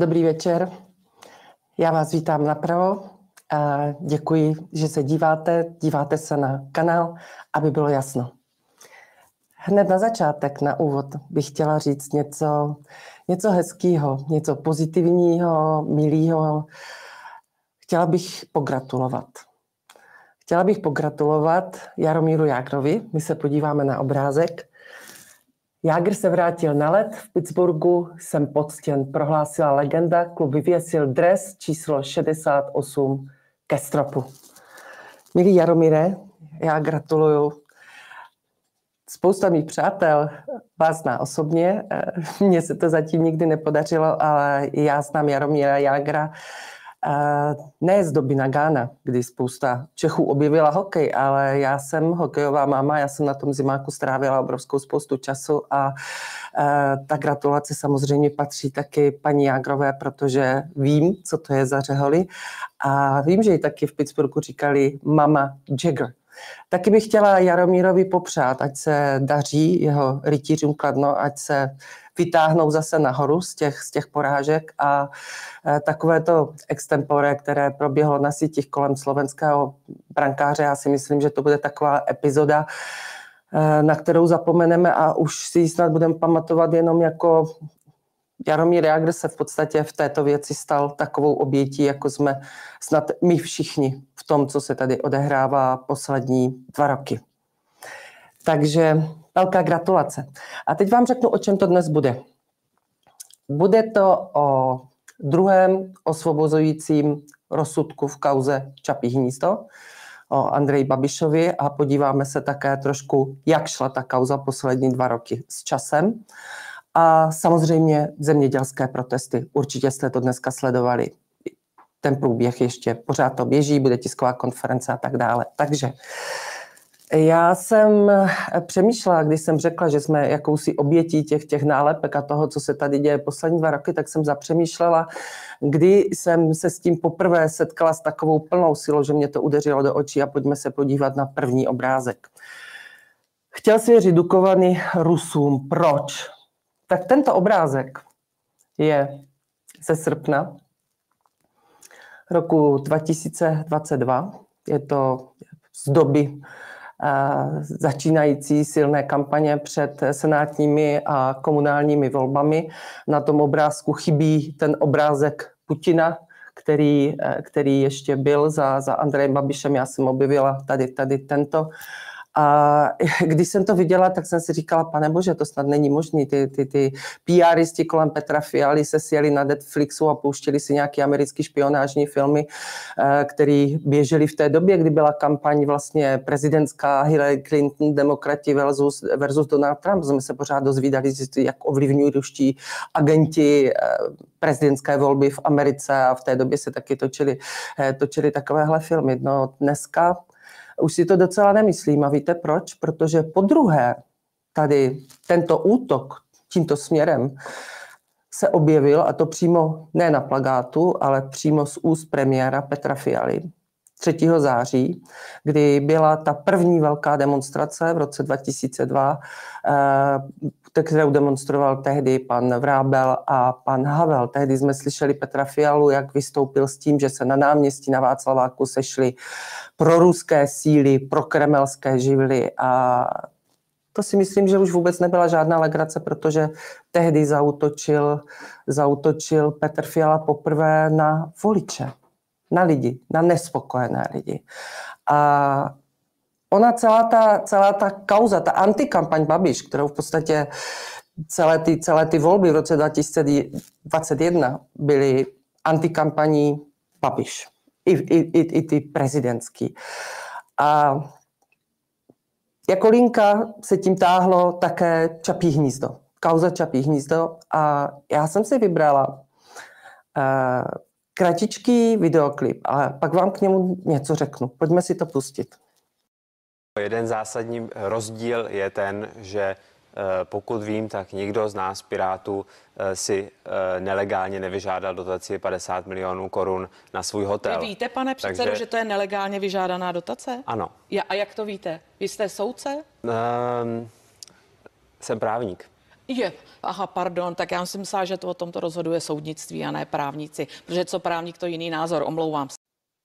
Dobrý večer, já vás vítám napravo a děkuji, že se díváte se na kanál, aby bylo jasno. Hned na začátek, na úvod, bych chtěla říct něco hezkého, něco pozitivního, milého. Chtěla bych pogratulovat Jaromíru Jágrovi. My se podíváme na obrázek. Jágr se vrátil na led, v Pittsburghu jsem poctěn, prohlásila legenda, klub vyvěsil dres číslo 68 ke stropu. Milý Jaromíre, já gratuluju. Spousta mých přátel vás zná osobně, mně se to zatím nikdy nepodařilo, ale já znám Jaromíra Jágra ne z doby Nagána, kdy spousta Čechů objevila hokej, ale já jsem hokejová máma, já jsem na tom zimáku strávila obrovskou spoustu času a ta gratulace samozřejmě patří taky paní Jágrové, protože vím, co to je za řeholi a vím, že ji taky v Pittsburghu říkali Mama Jagger. Taky bych chtěla Jaromírovi popřát, ať se daří jeho rytířům Kladno, ať se vytáhnou zase nahoru z těch porážek a takové to extempore, které proběhlo na sítích kolem slovenského brankáře, já si myslím, že to bude taková epizoda, na kterou zapomeneme a už si ji snad budeme pamatovat jenom jako Jaromír Jágr se v podstatě v této věci stal takovou obětí, jako jsme snad my všichni v tom, co se tady odehrává poslední 2 roky. Takže velká gratulace. A teď vám řeknu, o čem to dnes bude. Bude to o druhém osvobozujícím rozsudku v kauze Čapí hnízdo, o Andreji Babišovi a podíváme se také trošku, jak šla ta kauza poslední 2 roky s časem. A samozřejmě zemědělské protesty. Určitě jste to dneska sledovali. Ten průběh ještě pořád to běží, bude tisková konference a tak dále. Takže já jsem přemýšlela, když jsem řekla, že jsme jakousi obětí těch nálepek a toho, co se tady děje poslední 2 roky, tak jsem zapřemýšlela, kdy jsem se s tím poprvé setkala s takovou plnou silou, že mě to udeřilo do očí a pojďme se podívat na první obrázek. Chtěl svěřit Dukovany Rusům. Proč? Tak tento obrázek je ze srpna roku 2022. Je to z doby začínající silné kampaně před senátními a komunálními volbami. Na tom obrázku chybí ten obrázek Putina, který ještě byl za Andrejem Babišem. Já jsem objevila tady tento. A když jsem to viděla, tak jsem si říkala, panebože, to snad není možný. Ty PRisti kolem Petra Fialy se sjeli na Netflixu a pouštěli si nějaké americké špionážní filmy, které běžely v té době, kdy byla kampaň vlastně prezidentská Hillary Clinton, demokrati versus Donald Trump. Jsme se pořád dozvídali, jak ovlivňují ruští agenti prezidentské volby v Americe a v té době se taky točily takovéhle filmy. No dneska už si to docela nemyslím a víte proč? Protože podruhé tady tento útok tímto směrem se objevil, a to přímo ne na plakátu, ale přímo z úst premiéra Petra Fialy 3. září, kdy byla ta první velká demonstrace v roce 2002, kterou demonstroval tehdy pan Vrábel a pan Havel. Tehdy jsme slyšeli Petra Fialu, jak vystoupil s tím, že se na náměstí na Václaváku sešly proruské síly, prokremelské živly a to si myslím, že už vůbec nebyla žádná legrace, protože tehdy zaútočil Petr Fiala poprvé na voliče, na lidi, na nespokojené lidi. A ona celá ta kauza, ta antikampaň Babiš, kterou v podstatě celé ty volby v roce 2021 byly antikampaní Babiš. I ty prezidentský. A jako linka se tím táhlo také Čapí hnízdo. Kauza Čapí hnízdo a já jsem si vybrala kratičký videoklip a pak vám k němu něco řeknu. Pojďme si to pustit. Jeden zásadní rozdíl je ten, že pokud vím, tak nikdo z nás Pirátů si nelegálně nevyžádal dotaci 50 milionů korun na svůj hotel. Vy víte, pane předsedo, že to je nelegálně vyžádaná dotace? Ano. A jak to víte? Vy jste soudce? Jsem právník. Aha, pardon, tak já jsem myslela, že to o tomto rozhoduje soudnictví a ne právníci, protože co právník, to jiný názor, omlouvám se.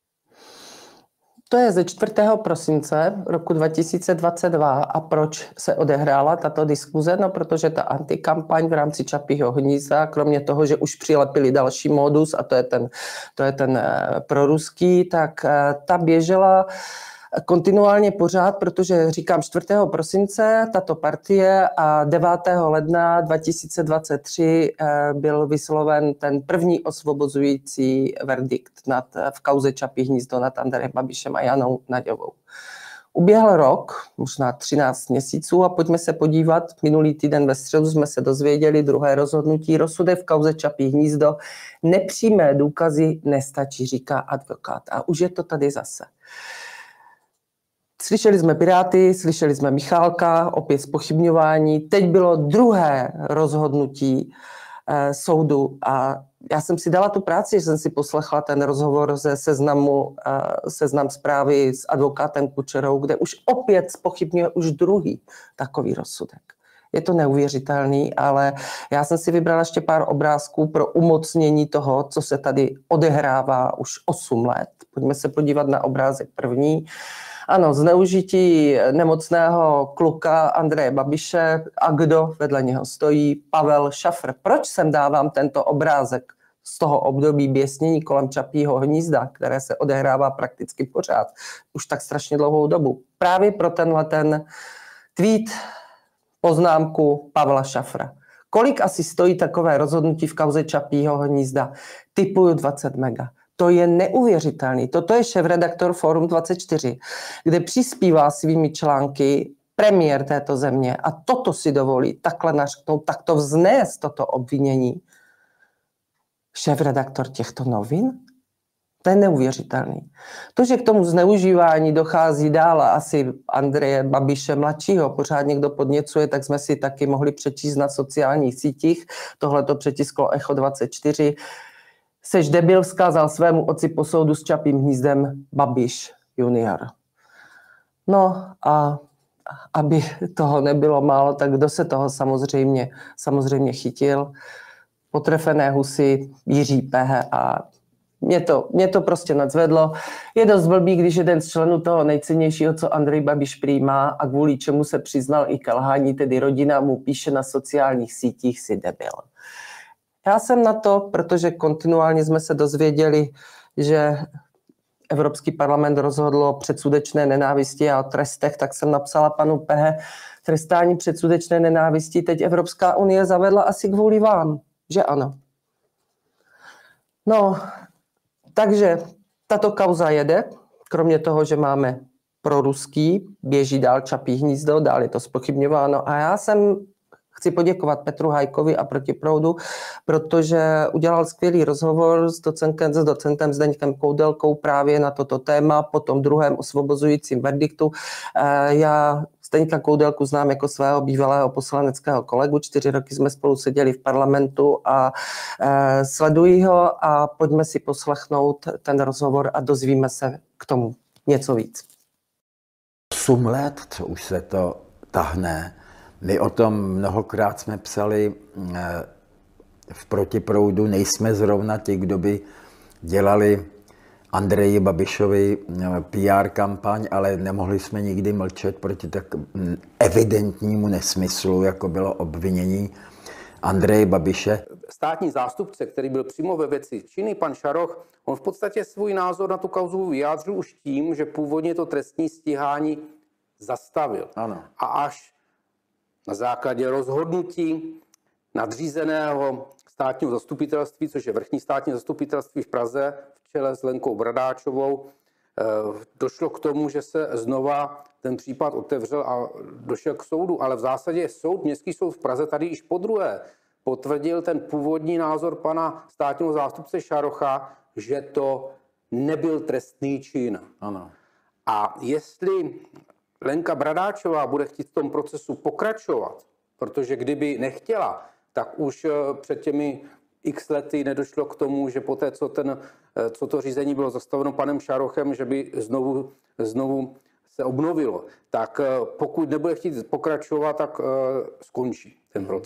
To je ze 4. prosince roku 2022. A proč se odehrála tato diskuze? No, protože ta antikampaň v rámci Čapího hnízda, kromě toho, že už přilepili další modus, a to je ten proruský, tak ta běžela kontinuálně pořád, protože říkám 4. prosince tato partie a 9. ledna 2023 byl vysloven ten první osvobozující verdikt v kauze Čapí hnízdo nad Andrejem Babišem a Janou Naďovou. Uběhl rok, možná 13 měsíců a pojďme se podívat. Minulý týden ve středu jsme se dozvěděli druhé rozhodnutí. Rozsudek v kauze Čapí hnízdo. Nepřímé důkazy nestačí, říká advokát. A už je to tady zase. Slyšeli jsme Piráty, slyšeli jsme Michálka, opět zpochybňování. Teď bylo druhé rozhodnutí soudu a já jsem si dala tu práci, že jsem si poslechla ten rozhovor ze Seznam Zprávy s advokátem Kučerou, kde už opět zpochybňuje už druhý takový rozsudek. Je to neuvěřitelný, ale já jsem si vybrala ještě pár obrázků pro umocnění toho, co se tady odehrává už 8 let. Pojďme se podívat na obrázek první. Ano, zneužití nemocného kluka Andreje Babiše a kdo vedle něho stojí? Pavel Šafr. Proč sem dávám tento obrázek z toho období běsnění kolem Čapího hnízda, které se odehrává prakticky pořád, už tak strašně dlouhou dobu? Právě pro ten tweet, poznámku Pavla Šafra. Kolik asi stojí takové rozhodnutí v kauze Čapího hnízda? Tipuju 20 mega. To je neuvěřitelný. Toto je šéfredaktor Forum 24, kde přispívá svými články premiér této země a toto si dovolí takhle nařknout, takto vznést toto obvinění. Šéfredaktor těchto novin? To je neuvěřitelný. To, že k tomu zneužívání dochází dál a asi Andreje Babiše mladšího pořád někdo podněcuje, tak jsme si taky mohli přečíst na sociálních sítích. Tohle to přetisklo Echo 24. Seš debil, vzkázal svému otci po soudu s Čapím hnízdem Babiš junior. No a aby toho nebylo málo, tak kdo se toho samozřejmě chytil? Potrefené husy Jiří Pehe a mě to prostě nadzvedlo. Je dost blbý, když jeden z členů toho nejcennějšího, co Andrej Babiš přijímá a kvůli čemu se přiznal i k lhání, tedy rodina, mu píše na sociálních sítích si debil. Já jsem na to, protože kontinuálně jsme se dozvěděli, že Evropský parlament rozhodl o předsudečné nenávisti a o trestech, tak jsem napsala panu Pehe, trestání předsudečné nenávisti teď Evropská unie zavedla asi kvůli vám, že ano. No, takže tato kauza jede, kromě toho, že máme proruský, běží dál Čapí hnízdo, dál je to zpochybňováno a já chci poděkovat Petru Hajkovi a Protiproudu, protože udělal skvělý rozhovor s docentem Zdeňkem Koudelkou právě na toto téma po tom druhém osvobozujícím verdiktu. Já Zdeňka Koudelku znám jako svého bývalého poslaneckého kolegu, 4 roky jsme spolu seděli v parlamentu a sleduji ho a pojďme si poslechnout ten rozhovor a dozvíme se k tomu něco víc. 8 let, co už se to tahne. My o tom mnohokrát jsme psali v Protiproudu, nejsme zrovna ti, kdo by dělali Andreji Babišovi PR kampaň, ale nemohli jsme nikdy mlčet proti tak evidentnímu nesmyslu, jako bylo obvinění Andreje Babiše. Státní zástupce, který byl přímo ve věci činný, pan Šaroch, on v podstatě svůj názor na tu kauzu vyjádřil už tím, že původně to trestní stíhání zastavil. Ano. A až na základě rozhodnutí nadřízeného státního zastupitelství, což je vrchní státní zastupitelství v Praze, v čele s Lenkou Bradáčovou, došlo k tomu, že se znova ten případ otevřel a došel k soudu. Ale v zásadě Městský soud v Praze tady již podruhé potvrdil ten původní názor pana státního zástupce Šarocha, že to nebyl trestný čin. Ano. A jestli Lenka Bradáčová bude chtít v tom procesu pokračovat, protože kdyby nechtěla, tak už před těmi x lety nedošlo k tomu, že poté, co to řízení bylo zastaveno panem Šarochem, že by znovu se obnovilo. Tak pokud nebude chtít pokračovat, tak skončí ten proces.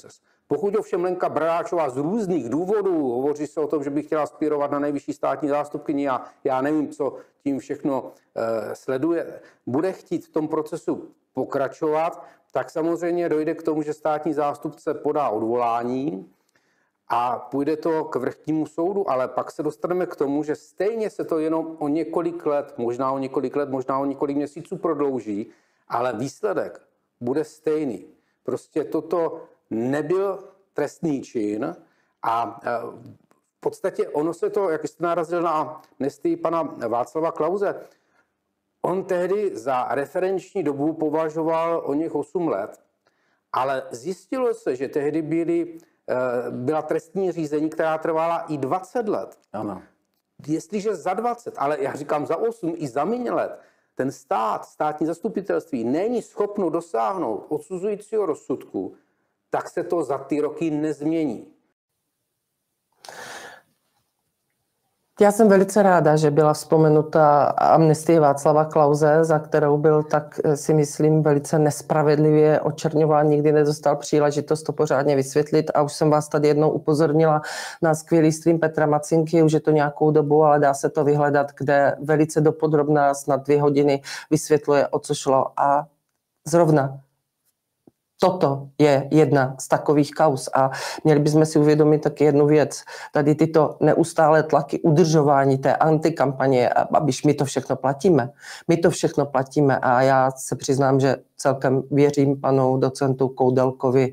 Pokud ovšem Lenka Bradáčová z různých důvodů, hovoří se o tom, že by chtěla aspirovat na nejvyšší státní zástupkyni a já nevím, co tím všechno sleduje, bude chtít v tom procesu pokračovat, tak samozřejmě dojde k tomu, že státní zástupce podá odvolání a půjde to k vrchnímu soudu, ale pak se dostaneme k tomu, že stejně se to jenom o několik let, možná o několik měsíců prodlouží, ale výsledek bude stejný. Prostě toto nebyl trestný čin a v podstatě ono se to, jak jste narazil na amnestii pana Václava Klause, on tehdy za referenční dobu považoval o něch 8 let, ale zjistilo se, že tehdy byla trestní řízení, která trvala i 20 let. Ano. Jestliže za 20, ale já říkám za 8 i za méně let, ten státní zastupitelství není schopno dosáhnout odsuzujícího rozsudku, tak se to za ty roky nezmění. Já jsem velice ráda, že byla vzpomenuta amnestie Václava Klause, za kterou byl, tak si myslím, velice nespravedlivě očerňován. Nikdy nedostal příležitost to pořádně vysvětlit a už jsem vás tady jednou upozornila na skvělý stream Petra Macinky, už je to nějakou dobu, ale dá se to vyhledat, kde velice dopodrobná, snad 2 hodiny vysvětluje, o co šlo. A zrovna toto je jedna z takových kauz a měli bychom si uvědomit taky jednu věc. Tady tyto neustálé tlaky udržování té antikampaně, abyž my to všechno platíme. My to všechno platíme a já se přiznám, že celkem věřím panu docentu Koudelkovi,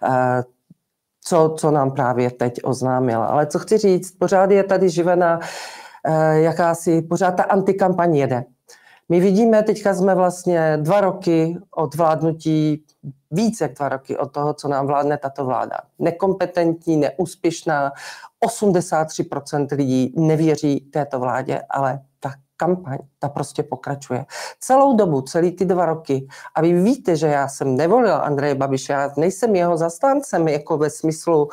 co nám právě teď oznámila. Ale co chci říct, pořád je tady živená pořád ta antikampaň jede. My vidíme, teďka jsme vlastně 2 roky od vládnutí, víc jak 2 roky od toho, co nám vládne tato vláda. Nekompetentní, neúspěšná, 83% lidí nevěří této vládě, ale ta kampaň, ta prostě pokračuje. Celou dobu, celý ty 2 roky. A vy víte, že já jsem nevolila Andreje Babiše, já nejsem jeho zastáncem, jako ve smyslu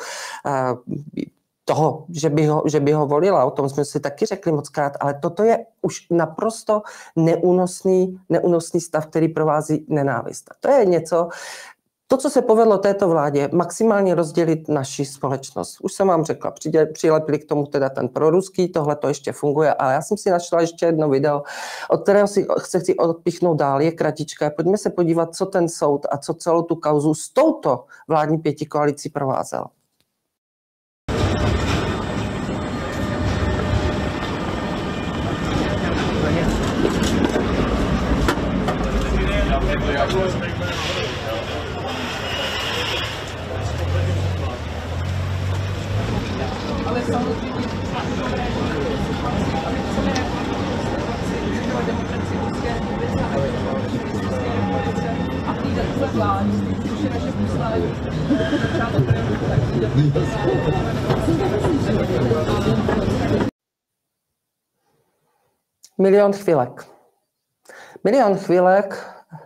toho, že by ho volila, o tom jsme si taky řekli mockrát, ale toto je už naprosto neúnosný stav, který provází nenávist. To je něco, to, co se povedlo této vládě, maximálně rozdělit naši společnost. Už jsem vám řekla, přilepili k tomu teda ten proruský, tohle to ještě funguje, ale já jsem si našla ještě jedno video, od kterého si chci odpíchnout dál, je kratičké. Pojďme se podívat, co ten soud a co celou tu kauzu s touto vládní pětikoalicí provázel. Ale samozřejmě a přijde tuhle vládu, což je naše poslání. Milion chvilek. Milion chvilek,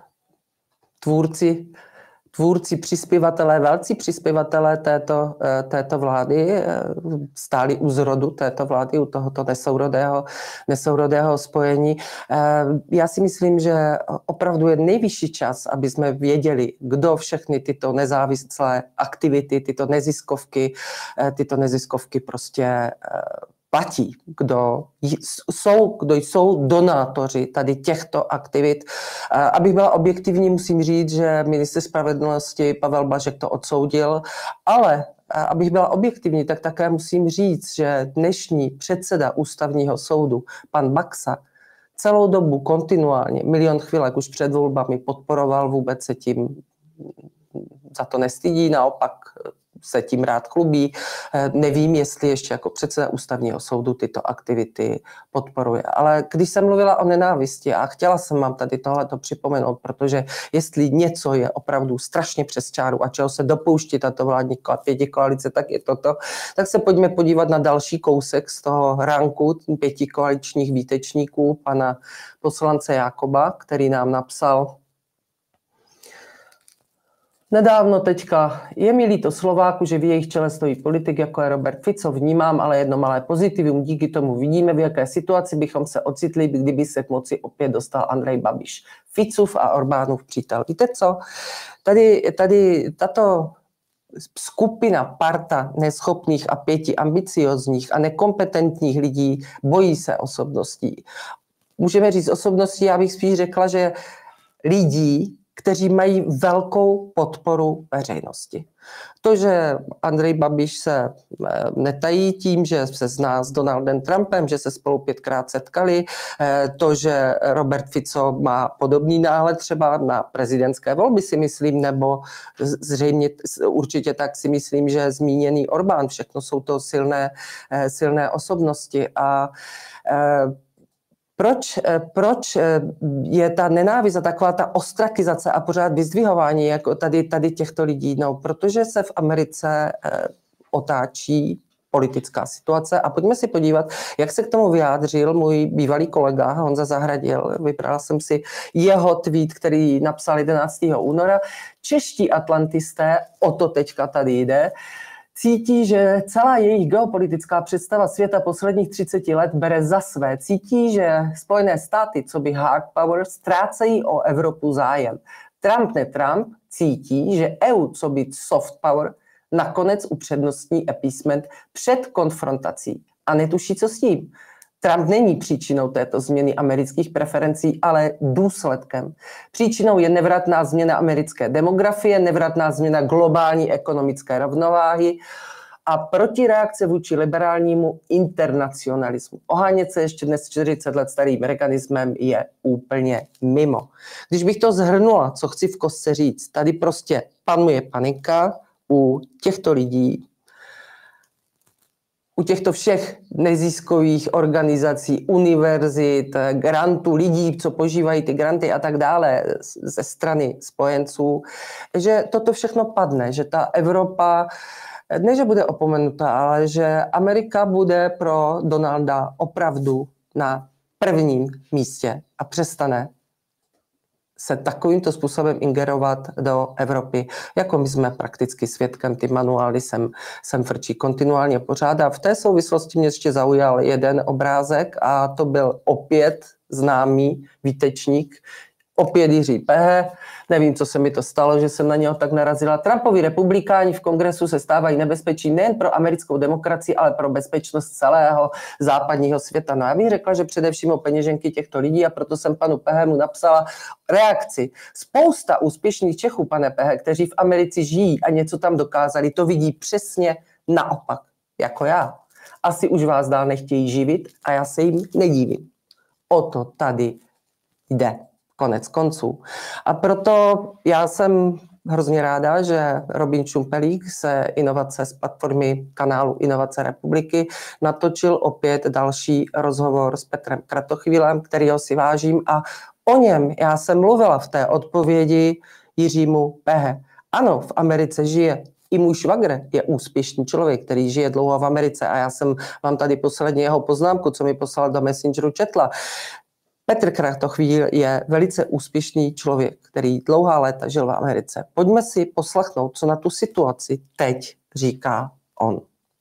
tvůrci, přispěvatelé, velcí přispěvatelé této vlády stáli u zrodu této vlády, u tohoto nesourodého spojení. Já si myslím, že opravdu je nejvyšší čas, aby jsme věděli, kdo všechny tyto nezávislé aktivity, tyto neziskovky prostě platí, kdo jsou donátoři tady těchto aktivit. Abych byla objektivní, musím říct, že ministr spravedlnosti Pavel Blažek to odsoudil, ale abych byla objektivní, tak také musím říct, že dnešní předseda ústavního soudu, pan Baxa, celou dobu kontinuálně, milion chvilek už před volbami podporoval, vůbec se tím za to nestydí, naopak se tím rád chlubí. Nevím, jestli ještě jako předseda ústavního soudu tyto aktivity podporuje. Ale když jsem mluvila o nenávisti a chtěla jsem vám tady tohleto připomenout, protože jestli něco je opravdu strašně přes čáru a čeho se dopouští tato vládní pětikoalice, tak je toto. Tak se pojďme podívat na další kousek z toho ranku 5 koaličních výtečníků pana poslance Jákoba, který nám napsal: nedávno teďka je mi líto Slováku, že v jejich čele stojí politik, jako je Robert Fico, vnímám ale jedno malé pozitivum, díky tomu vidíme, v jaké situaci bychom se ocitli, kdyby se k moci opět dostal Andrej Babiš. Ficův a Orbánův přítel. Víte co? Tady tato skupina, parta neschopných a 5 ambiciozních a nekompetentních lidí bojí se osobností. Můžeme říct osobností, já bych spíš řekla, že lidí, kteří mají velkou podporu veřejnosti. To, že Andrej Babiš se netají tím, že se zná s Donaldem Trumpem, že se spolu 5krát setkali, to, že Robert Fico má podobný náhled třeba na prezidentské volby, si myslím, nebo zřejmě určitě tak si myslím, že zmíněný Orbán, všechno jsou to silné osobnosti a proč je ta nenávist a taková ta ostrakizace a pořád vyzdvihování jako tady těchto lidí? No, protože se v Americe otáčí politická situace a pojďme si podívat, jak se k tomu vyjádřil můj bývalý kolega Honza Zahradil. Vybrala jsem si jeho tweet, který napsal 11. února. Čeští atlantisté, o to teďka tady jde, cítí, že celá jejich geopolitická představa světa posledních 30 let bere za své. Cítí, že Spojené státy, co by hard power, ztrácejí o Evropu zájem. Trump cítí, že EU, co by soft power, nakonec upřednostní appeasement před konfrontací a netuší, co s tím. Trump není příčinou této změny amerických preferencí, ale důsledkem. Příčinou je nevratná změna americké demografie, nevratná změna globální ekonomické rovnováhy a protireakce vůči liberálnímu internacionalismu. Ohánět se ještě dnes 40 let starým mechanismem je úplně mimo. Když bych to shrnula, co chci v kostce říct, tady prostě panuje panika u těchto lidí, u těchto všech neziskových organizací, univerzit, grantů, lidí, co požívají ty granty a tak dále ze strany spojenců, že toto všechno padne, že ta Evropa, ne, že bude opomenutá, ale že Amerika bude pro Donalda opravdu na prvním místě a přestane se takovýmto způsobem ingerovat do Evropy, jako my jsme prakticky svědkem, ty manuály sem frčí kontinuálně pořád. A v té souvislosti mě ještě zaujal jeden obrázek a to byl opět známý výtečník, opět Jiří Pehe. Nevím, co se mi to stalo, že jsem na něho tak narazila. Trumpovi republikáni v kongresu se stávají nebezpečí nejen pro americkou demokracii, ale pro bezpečnost celého západního světa. No já bych řekla, že především o peněženky těchto lidí a proto jsem panu Pehemu napsala reakci. Spousta úspěšných Čechů, pane Pehe, kteří v Americe žijí a něco tam dokázali, to vidí přesně naopak, jako já. Asi už vás dál nechtějí živit a já se jim nedívím. O to tady jde. Konec konců. A proto já jsem hrozně ráda, že Robin Čumpelík se inovace z platformy kanálu Inovace republiky natočil opět další rozhovor s Petrem Kratochvílem, kterýho si vážím a o něm já jsem mluvila v té odpovědi Jiřímu Pehe. Ano, v Americe žije. I můj švagr je úspěšný člověk, který žije dlouho v Americe a já jsem vám tady posledně jeho poznámku, co mi poslal do Messengeru, četla. Petr Kratochvíl je velice úspěšný člověk, který dlouhá léta žil v Americe. Pojďme si poslechnout, co na tu situaci teď říká on.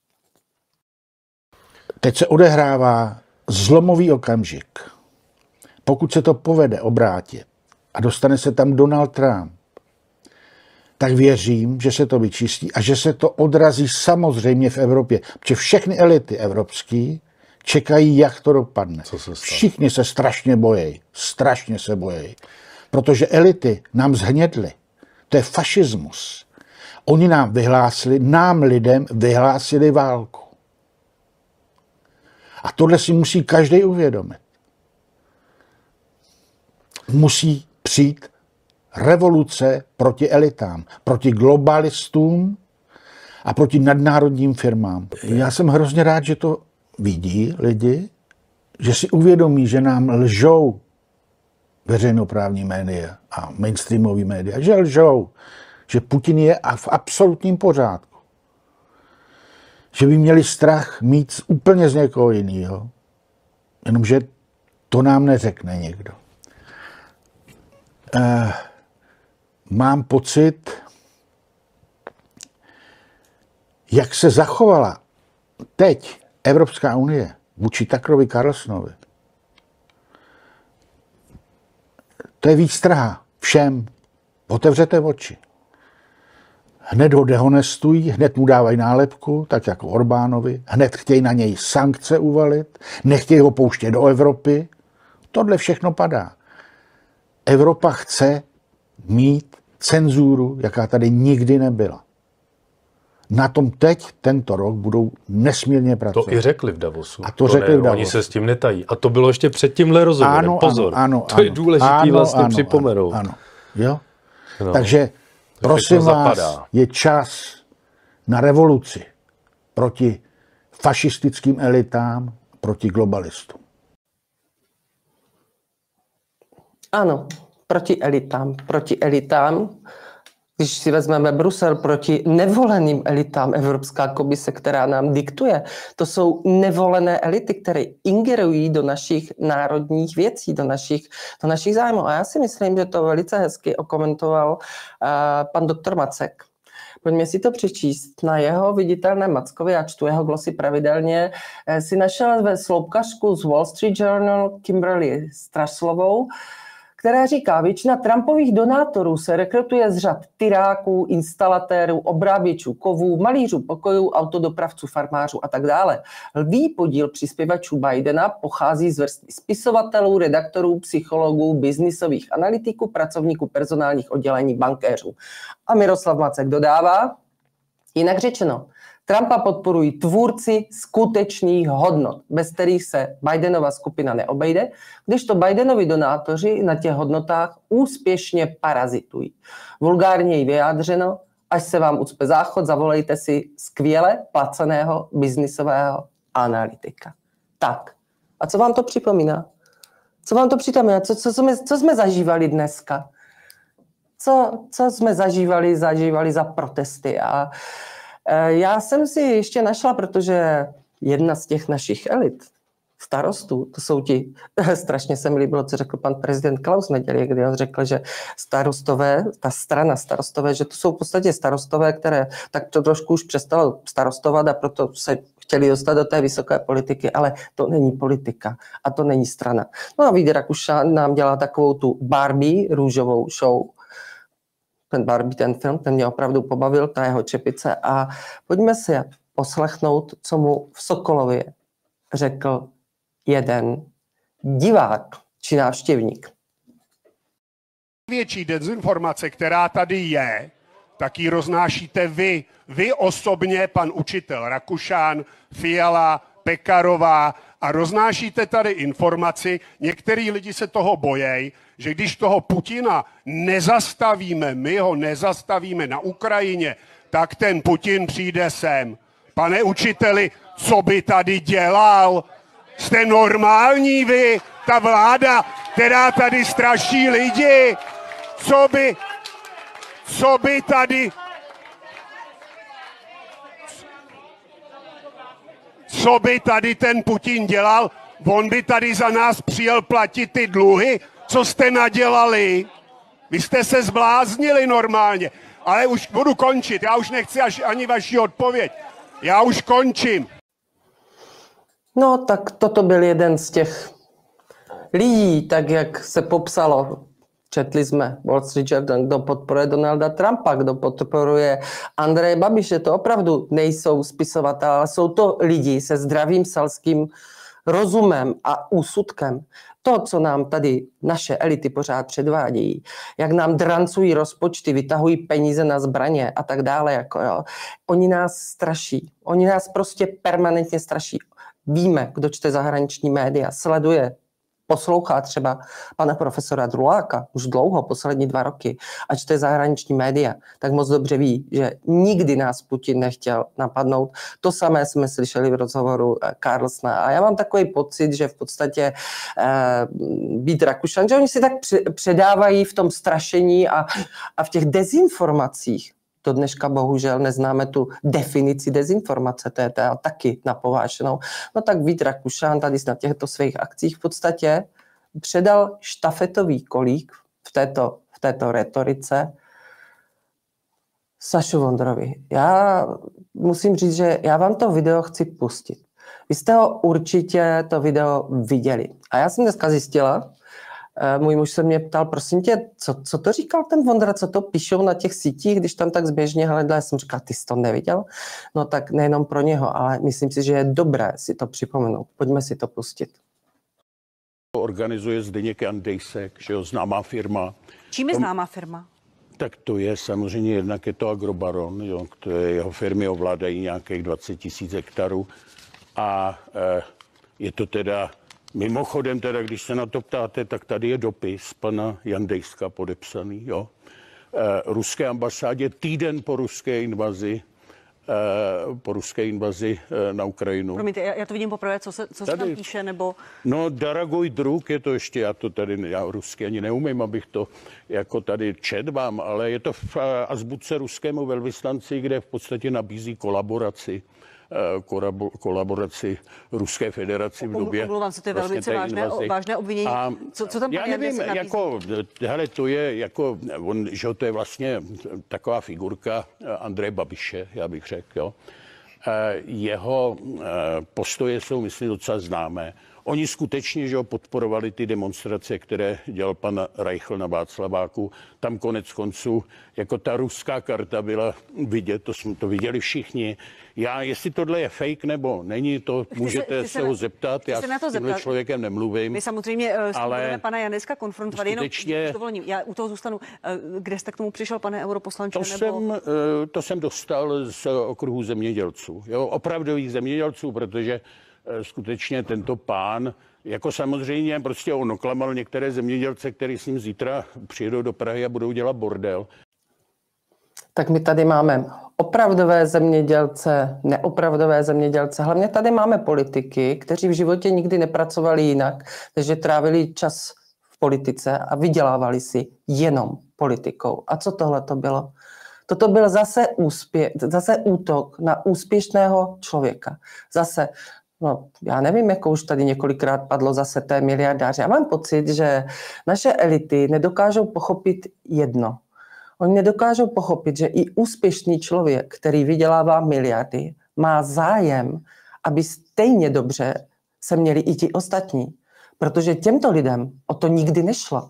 Teď se odehrává zlomový okamžik. Pokud se to povede obrátit a dostane se tam Donald Trump, tak věřím, že se to vyčistí a že se to odrazí samozřejmě v Evropě. Protože všechny elity evropské čekají, jak to dopadne. Všichni se strašně bojí. Strašně se bojí. Protože elity nám zhnědly. To je fašismus. Oni nám lidem vyhlásili válku. A tohle si musí každý uvědomit. Musí přijít revoluce proti elitám, proti globalistům a proti nadnárodním firmám. Já jsem hrozně rád, že to vidí lidi, že si uvědomí, že nám lžou veřejnoprávní média a mainstreamový média, že lžou, že Putin je v absolutním pořádku. Že by měli strach mít úplně z někoho jiného, jenomže to nám neřekne někdo. Mám pocit, jak se zachovala teď Evropská unie vůči Tuckerovi Carlsonovi. To je výstraha všem. Otevřete oči. hned ho dehonestují, hned mu dávají nálepku, tak jako Orbánovi, hned chtějí na něj sankce uvalit, nechtějí ho pouštět do Evropy. Tohle všechno padá. Evropa chce mít cenzuru, jaká tady nikdy nebyla. Na tom teď, tento rok, budou nesmírně pracovat. To i řekli v Davosu. A to řekli v Davosu. Oni se s tím netají. A to bylo ještě před tímhle rozhovorem. Ano, pozor. ano, to je důležitý vlastně připomenout. Ano. Jo? No. Takže prosím vás, je čas na revoluci proti fašistickým elitám, proti globalistům. Ano, proti elitám. Když si vezmeme Brusel, proti nevoleným elitám, Evropská komise, která nám diktuje. To jsou nevolené elity, které ingerují do našich národních věcí, do našich zájmů. A já si myslím, že to velice hezky okomentoval pan doktor Macek. Pojďme si to přečíst. Na jeho viditelném Mackovi, já čtu jeho glosy pravidelně, si našel ve sloupkařku z Wall Street Journal Kimberly Straslovou, která říká, většina Trumpových donátorů se rekrutuje z řad tyráků, instalatérů, obráběčů kovů, malířů pokojů, autodopravců, farmářů a tak dále. Lví podíl přispěvačů Bidena pochází z vrstvy spisovatelů, redaktorů, psychologů, biznisových analytiků, pracovníků personálních oddělení, bankéřů. A Miroslav Macek dodává, jinak řečeno, Trumpa podporují tvůrci skutečných hodnot, bez kterých se Bidenova skupina neobejde, kdežto Bidenovi donátoři na těch hodnotách úspěšně parazitují. Vulgárněji vyjádřeno, až se vám ucpe záchod, zavolejte si skvěle placeného biznisového analytika. Tak, a co vám to připomíná? Co vám to připomíná? Co jsme zažívali dneska? Co jsme zažívali za protesty? A já jsem si ještě našla, protože jedna z těch našich elit, starostů, to jsou ti, strašně se mi líbilo, co řekl pan prezident Klaus v neděli, kdy on řekl, že starostové, ta strana starostové, že to jsou v podstatě starostové, které tak to trošku už přestalo starostovat a proto se chtěli dostat do té vysoké politiky, ale to není politika a to není strana. No a Vít Rakušan nám dělá takovou tu Barbie růžovou show. Ten Barbie, ten film, ten mě opravdu pobavil, ta jeho čepice. A pojďme si poslechnout, co mu v Sokolově řekl jeden divák či návštěvník. Větší dezinformace, která tady je, tak ji roznášíte vy. Vy osobně, pan učitel Rakušan, Fiala, Pekarová, a roznášíte tady informaci, některý lidi se toho bojejí, že když toho Putina nezastavíme, my ho nezastavíme na Ukrajině, tak ten Putin přijde sem. Pane učiteli, co by tady dělal? Jste normální vy, ta vláda, která tady straší lidi? Co by tady... Co by tady ten Putin dělal? On by tady za nás přijel platit ty dluhy? Co jste nadělali? Vy jste se zbláznili normálně. Ale už budu končit, já už nechci ani vaši odpověď. Já už končím. No tak toto byl jeden z těch lidí, tak jak se popsalo. Četli jsme Wall Street Journal, kdo podporuje Donalda Trumpa, kdo podporuje Andreje Babiše. To opravdu nejsou spisovatelé, ale jsou to lidi se zdravým selským rozumem a úsudkem. To, co nám tady naše elity pořád předvádějí, jak nám drancují rozpočty, vytahují peníze na zbraně a tak dále, jako jo. Oni nás straší. Oni nás prostě permanentně straší. Víme, kdo čte zahraniční média, sleduje, poslouchá třeba pana profesora Druláka už dlouho, poslední 2 roky, a čte zahraniční média, tak moc dobře ví, že nikdy nás Putin nechtěl napadnout. To samé jsme slyšeli v rozhovoru Carlsona. A já mám takový pocit, že v podstatě Vít Rakušan, že oni si tak předávají v tom strašení a v těch dezinformacích. Do dneška bohužel neznáme tu definici dezinformace, to je taky napováženou. No tak Vít Rakušan tady na těchto svých akcích v podstatě předal štafetový kolík v této retorice Sašu Vondrovi. Já musím říct, že já vám to video chci pustit. Vy jste ho určitě to video viděli. A já jsem dneska zjistila, Můj muž se mě ptal, prosím tě, co to říkal ten Vondra, co to píšou na těch sítích, když tam tak zběžně hledal. Já jsem říkal, ty jsi to neviděl? No tak nejenom pro něho, ale myslím si, že je dobré si to připomenout. Pojďme si to pustit. Organizuje Zdeněk Andejsek, že jo, známá firma. Čím je známá firma? Tak to je samozřejmě jednak je to Agrobaron, jo, to je, jeho firmy ovládají nějakých 20 000 hektarů a je to teda, mimochodem teda, když se na to ptáte, tak tady je dopis pana Jandejska podepsaný, jo, ruské ambasádě týden po ruské invazi na Ukrajinu. Promiňte, já to vidím poprvé, co se tam píše, nebo... No, Daraguj druk, je to ještě, já rusky ani neumím, abych to jako tady čet vám, ale je to v azbuce ruskému velvyslanci, kde v podstatě nabízí kolaboraci Ruské federaci v době... Omlouvám se, to je velice vážné obvinění. Co tam já nevím, jako, hele, to je jako, že to je vlastně taková figurka Andreje Babiše, já bych řekl, jo. Jeho postoje jsou, myslím, docela známé. Oni skutečně, že ho podporovali ty demonstrace, které dělal pan Reichl na Václaváku. Tam konec konců, jako ta ruská karta byla vidět, to jsme to viděli všichni. Jestli tohle je fake nebo není, to můžete se ho zeptat. Já s tímhle člověkem nemluvím. My samozřejmě budeme pana Jandejska konfrontovat, skutečně... jenom dovolením. Já u toho zůstanu. Kde jste k tomu přišel, pane europoslanče? To jsem dostal z okruhu zemědělců. Jo, opravdových zemědělců, protože skutečně tento pán, jako samozřejmě prostě on oklamal některé zemědělce, kteří s ním zítra přijedou do Prahy a budou dělat bordel. Tak my tady máme opravdové zemědělce, neopravdové zemědělce. Hlavně tady máme politiky, kteří v životě nikdy nepracovali jinak, takže trávili čas v politice a vydělávali si jenom politikou. A co tohle to bylo? Toto byl zase útok na úspěšného člověka. Zase, no, já nevím, jako už tady několikrát padlo zase té miliardáře. Já mám pocit, že naše elity nedokážou pochopit jedno. Oni nedokážou pochopit, že i úspěšný člověk, který vydělává miliardy, má zájem, aby stejně dobře se měli i ti ostatní. Protože těmto lidem o to nikdy nešlo.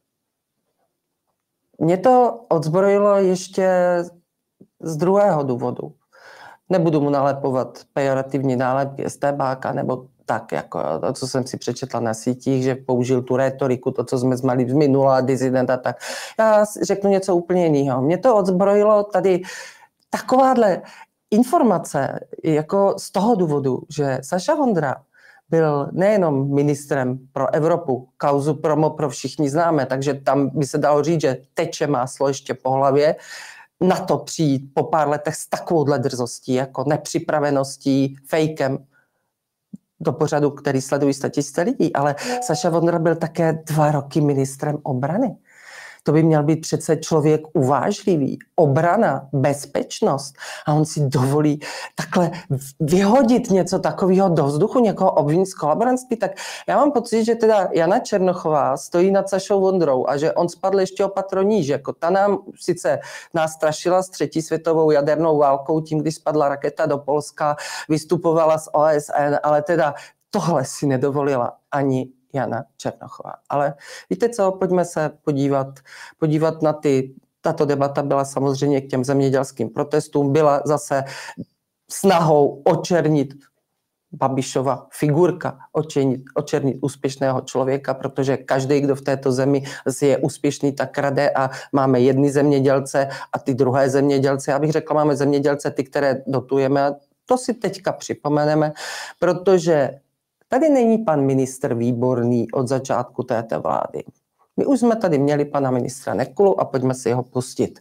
Mě to odzbrojilo ještě z druhého důvodu. Nebudu mu nalepovat pejorativní nálepky estébáka nebo tak, jako to, co jsem si přečetla na sítích, že použil tu rétoriku, to, co jsme znali z minula, dizident a tak. Já řeknu něco úplně jiného. Mě to odzbrojilo tady takováhle informace jako z toho důvodu, že Saša Vondra byl nejenom ministrem pro Evropu, kauzu promo pro všichni známe, takže tam by se dalo říct, že teče máslo ještě po hlavě, na to přijít po pár letech s takovouhle drzostí, jako nepřipraveností, fejkem do pořadu, který sledují 100 000 lidí. Ale Saša Vondra byl také 2 roky ministrem obrany. To by měl být přece člověk uvážlivý. Obrana, bezpečnost. A on si dovolí takhle vyhodit něco takového do vzduchu, někoho obvinit z kolaborantství. Tak já mám pocit, že teda Jana Černochová stojí nad Sašou Vondrou a že on spadl ještě o patro níž. Jako ta nám sice nás strašila s 3. světovou jadernou válkou tím, když spadla raketa do Polska, vystupovala z OSN, ale teda tohle si nedovolila ani Jana Černochová. Ale víte co, pojďme se podívat na tato debata byla samozřejmě k těm zemědělským protestům, byla zase snahou očernit Babišova figurka, očernit úspěšného člověka, protože každý, kdo v této zemi je úspěšný, tak krade a máme jedny zemědělce a ty druhé zemědělce. Já bych řekla, máme zemědělce, ty, které dotujeme a to si teďka připomeneme, protože tady není pan ministr Výborný od začátku této vlády. My už jsme tady měli pana ministra Nekulu a pojďme si ho pustit.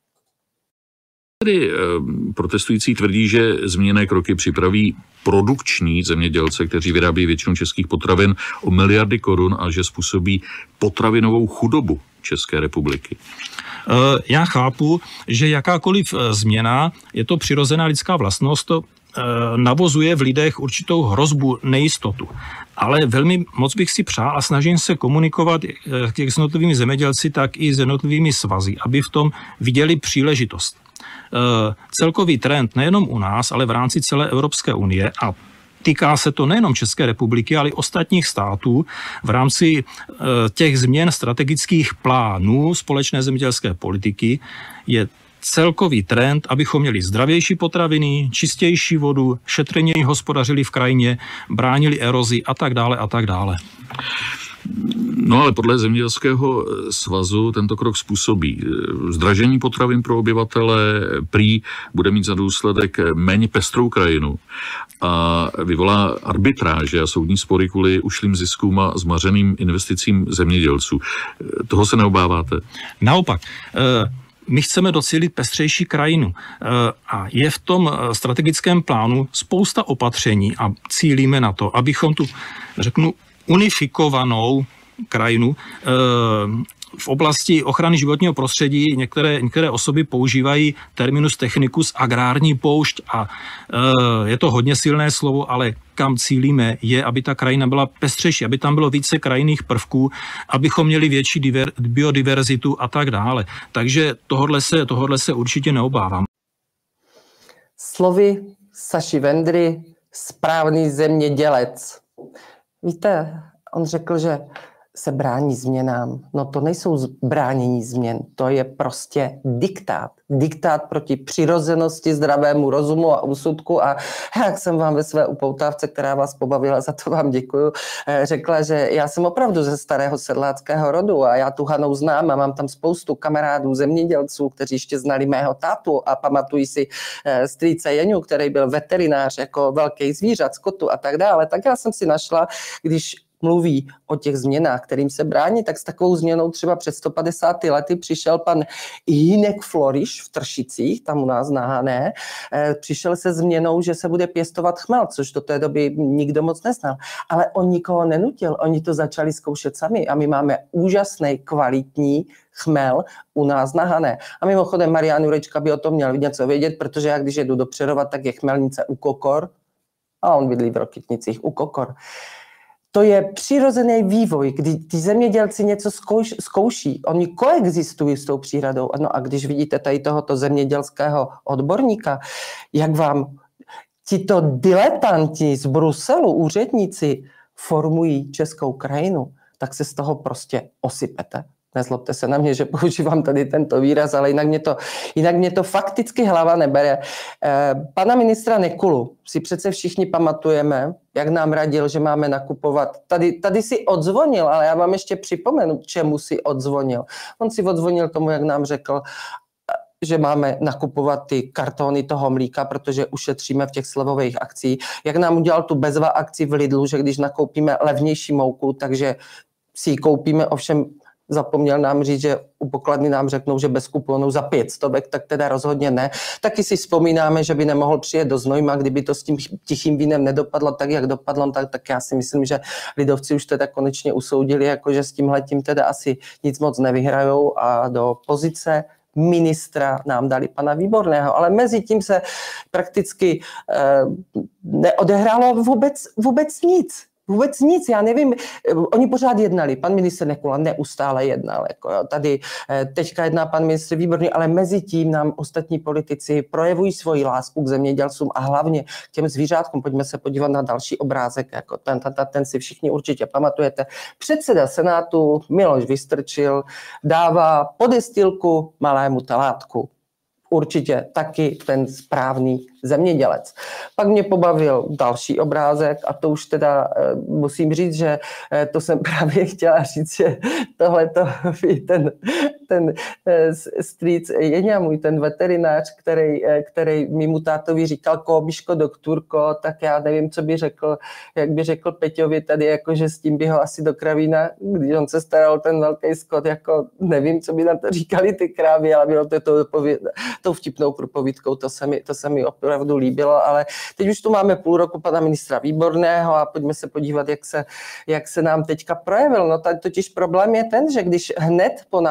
Tady protestující tvrdí, že zmíněné kroky připraví produkční zemědělce, kteří vyrábí většinu českých potravin, o miliardy korun a že způsobí potravinovou chudobu České republiky. Já chápu, že jakákoliv změna, je to přirozená lidská vlastnost, navozuje v lidech určitou hrozbu, nejistotu. Ale velmi moc bych si přál a snažím se komunikovat jak s jednotlivými zemědělci, tak i s jednotlivými svazy, aby v tom viděli příležitost. Celkový trend nejenom u nás, ale v rámci celé Evropské unie a týká se to nejenom České republiky, ale i ostatních států v rámci těch změn strategických plánů společné zemědělské politiky je celkový trend, abychom měli zdravější potraviny, čistější vodu, šetrněji hospodařili v krajině, bránili erozi a tak dále a tak dále. No ale podle Zemědělského svazu tento krok způsobí zdražení potravin pro obyvatele, prý bude mít za důsledek méně pestrou krajinu a vyvolá arbitráže a soudní spory kvůli ušlým ziskům a zmařeným investicím zemědělců. Toho se neobáváte? Naopak. My chceme docílit pestřejší krajinu a je v tom strategickém plánu spousta opatření a cílíme na to, abychom tu, řeknu, unifikovanou krajinu v oblasti ochrany životního prostředí. Některé osoby používají terminus technicus agrární poušť a je to hodně silné slovo, ale kam cílíme je, aby ta krajina byla pestřejší, aby tam bylo více krajinných prvků, abychom měli větší biodiverzitu a tak dále. Takže tohodle se určitě neobávám. Slovy Saši Vendry, správný zemědělec. Víte, on řekl, že se brání změnám. No to nejsou bránění změn, to je prostě diktát. Diktát proti přirozenosti, zdravému rozumu a úsudku a jak jsem vám ve své upoutávce, která vás pobavila, za to vám děkuju, řekla, že já jsem opravdu ze starého sedláckého rodu a já tu Hanou znám a mám tam spoustu kamarádů zemědělců, kteří ještě znali mého tátu a pamatují si strýce Jeňu, který byl veterinář jako velký zvířat, skotu a tak dále. Tak já jsem si našla, když mluví o těch změnách, kterým se brání, tak s takovou změnou třeba před 150 lety přišel pan Hynek Floriš v Tršicích, tam u nás na Hané, přišel se změnou, že se bude pěstovat chmel, což do té doby nikdo moc neznal. Ale on nikoho nenutil, oni to začali zkoušet sami a my máme úžasný, kvalitní chmel u nás na Hané. A mimochodem Marián Jurečka by o tom měl něco vědět, protože já když jedu do Přerova, tak je chmelnice u Kokor a on bydlí v Rokytnicích u Kokor. To je přirozený vývoj, kdy ty zemědělci něco zkouší. Oni koexistují s tou přírodou. No a když vidíte tady tohoto zemědělského odborníka, jak vám tito diletanti z Bruselu, úředníci, formují českou krajinu, tak se z toho prostě osypete. Nezlobte se na mě, že používám tady tento výraz, ale jinak mě to fakticky hlava nebere. Pana ministra Nekulu si přece všichni pamatujeme, jak nám radil, že máme nakupovat. Tady si odzvonil, ale já vám ještě připomenu, čemu si odzvonil. On si odzvonil tomu, jak nám řekl, že máme nakupovat ty kartony toho mlíka, protože ušetříme v těch slevových akcích. Jak nám udělal tu bezva akci v Lidlu, že když nakoupíme levnější mouku, takže si ji koupíme, ovšem zapomněl nám říct, že u pokladny nám řeknou, že bez kuponu za 500, tak teda rozhodně ne. Taky si vzpomínáme, že by nemohl přijet do Znojma, kdyby to s tím tichým vínem nedopadlo tak, jak dopadlo, tak já si myslím, že lidovci už teda konečně usoudili, jako že s tímhletím teda asi nic moc nevyhrajou a do pozice ministra nám dali pana Výborného, ale mezi tím se prakticky neodehrálo vůbec nic. Vůbec nic, já nevím, oni pořád jednali, pan ministr Nekula neustále jednal, jako jo, tady teďka jedná pan ministr Výborný, ale mezi tím nám ostatní politici projevují svoji lásku k zemědělcům a hlavně k těm zvířátkům. Pojďme se podívat na další obrázek, jako ten si všichni určitě pamatujete. Předseda Senátu Miloš Vystrčil dává podestilku malému telátku. Určitě taky ten správný zemědělec. Pak mě pobavil další obrázek a to už teda musím říct, že to jsem právě chtěla říct, že tohleto ten strýc Jeňa, můj ten veterinář, který mimo tátovi říkal Kóbiško, doktorko, tak já nevím, co by řekl, jak by řekl Peťovi tady, jako že s tím by ho asi do kravína, když on se staral ten velký skot, jako nevím, co by na to říkali ty krávy, ale bylo to tou vtipnou průpovídkou, to se mi opravdu líbilo, ale teď už tu máme půl roku pana ministra Výborného a pojďme se podívat, jak se nám teďka projevil. No totiž problém je ten, že když hned po nástupu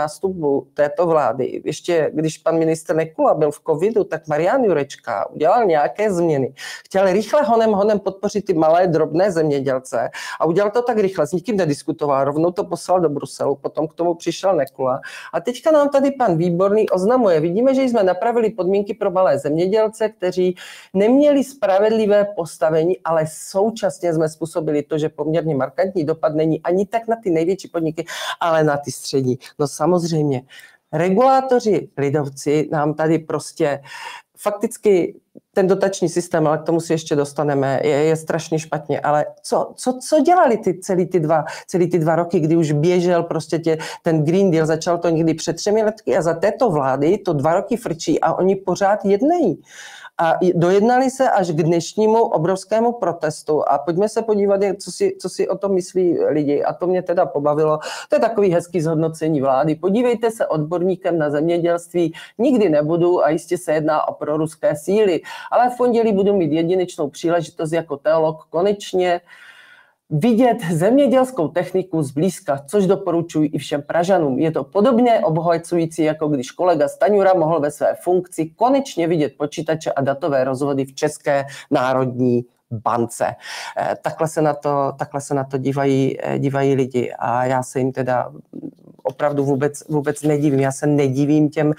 dobu této vlády, ještě když pan ministr Nekula byl v covidu, tak Marian Jurečka udělal nějaké změny. Chtěl rychle honem podpořit ty malé, drobné zemědělce a udělal to tak rychle, s nikým nediskutoval, rovnou to poslal do Bruselu, potom k tomu přišel Nekula. A teďka nám tady pan Výborný oznamuje, vidíme, že jsme napravili podmínky pro malé zemědělce, kteří neměli spravedlivé postavení, ale současně jsme způsobili to, že poměrně markantní dopad není ani tak na ty největší podniky, ale na ty střední. No samozřejmě, regulátoři lidovci nám tady prostě fakticky ten dotační systém, ale k tomu si ještě dostaneme, je strašně špatně. Ale co dělali celý ty dva roky, kdy už běžel prostě ten Green Deal, začal to někdy před 3 lety a za této vlády to 2 roky frčí a oni pořád jednají. A dojednali se až k dnešnímu obrovskému protestu. A pojďme se podívat, co si o tom myslí lidi. A to mě teda pobavilo. To je takový hezký zhodnocení vlády. Podívejte se, odborníkem na zemědělství nikdy nebudu a jistě se jedná o proruské síly. Ale v pondělí budu mít jedinečnou příležitost jako teolog konečně vidět zemědělskou techniku zblízka, což doporučuji i všem Pražanům. Je to podobně obohacující, jako když kolega Staňura mohl ve své funkci konečně vidět počítače a datové rozvody v České národní bance. Takhle se na to dívají lidi a já se jim teda opravdu vůbec nedivím. Já se nedivím těm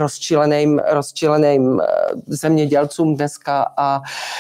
rozčileným zemědělcům dneska a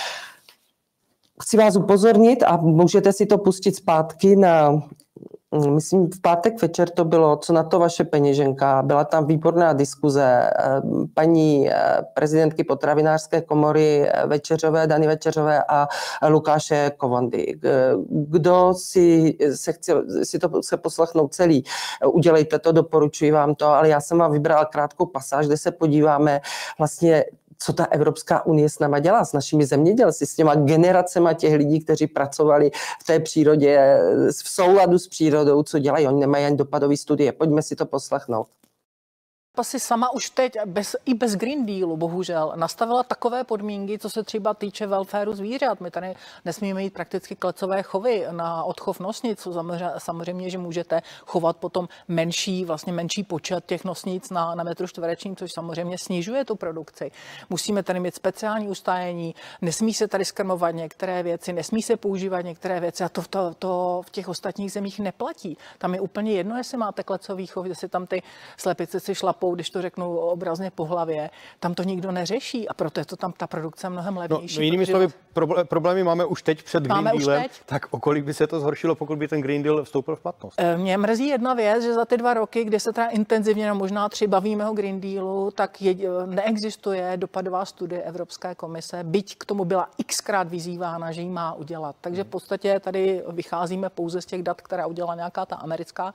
chci vás upozornit a můžete si to pustit zpátky myslím, v pátek večer to bylo, co na to vaše peněženka. Byla tam výborná diskuze paní prezidentky potravinářské komory Dany Večeřové a Lukáše Kovandy. Kdo si to poslechnout celý, udělejte to, doporučuji vám to, ale já jsem vám vybrala krátkou pasáž, kde se podíváme vlastně, co ta Evropská unie s náma dělá, s našimi zemědělci, s těma generacema těch lidí, kteří pracovali v té přírodě, v souladu s přírodou, co dělají. Oni nemají ani dopadové studie. Pojďme si to poslechnout. Si sama už teď i bez Green Dealu bohužel nastavila takové podmínky, co se třeba týče welfareu zvířat. My tady nesmíme mít prakticky klecové chovy na odchov nosnic. Samozřejmě, že můžete chovat potom menší počet těch nosnic na metru čtvereční, což samozřejmě snižuje tu produkci. Musíme tady mít speciální ustájení, nesmí se tady skrmovat některé věci, nesmí se používat některé věci a to v těch ostatních zemích neplatí. Tam je úplně jedno, jestli máte klecový chov, jestli tam ty slepice si šlapou, když to řeknu obrazně po hlavě, tam to nikdo neřeší a proto je to tam ta produkce mnohem levnější. No jinými slovy, problémy máme už teď před Green Dealem, tak o kolik by se to zhoršilo, pokud by ten Green Deal vstoupil v platnost? Mě mrzí jedna věc, že za ty 2 roky, kdy se teda intenzivně, možná 3 bavíme o Green Dealu, tak neexistuje dopadová studie Evropské komise, byť k tomu byla xkrát vyzývána, že ji má udělat. Takže v podstatě tady vycházíme pouze z těch dat, která udělala nějaká ta americká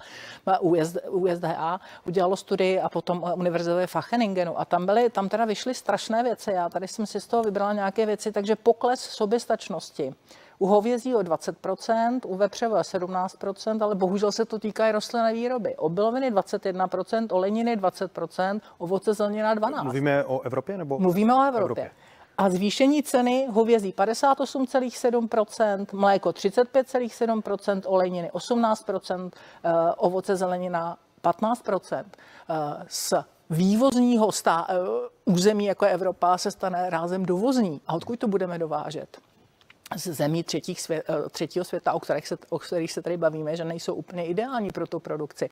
USDA, udělalo studii a potom univerzitě v Wacheningenu a tam teda vyšly strašné věci. Já tady jsem si z toho vybrala nějaké věci, takže pokles soběstačnosti. U hovězí o 20%, u vepřové 17%, ale bohužel se to týká i rostlinné výroby. Obiloviny 21%, oleniny 20%, ovoce zelenina 12%. Mluvíme o Evropě nebo? Mluvíme o Evropě. A zvýšení ceny hovězí 58,7%, mléko 35,7%, oleniny 18%, ovoce zelenina 15%. Z vývozního území, jako je Evropa, se stane rázem dovozní. A odkud to budeme dovážet? Z zemí třetího světa, o kterých se tady bavíme, že nejsou úplně ideální pro tu produkci.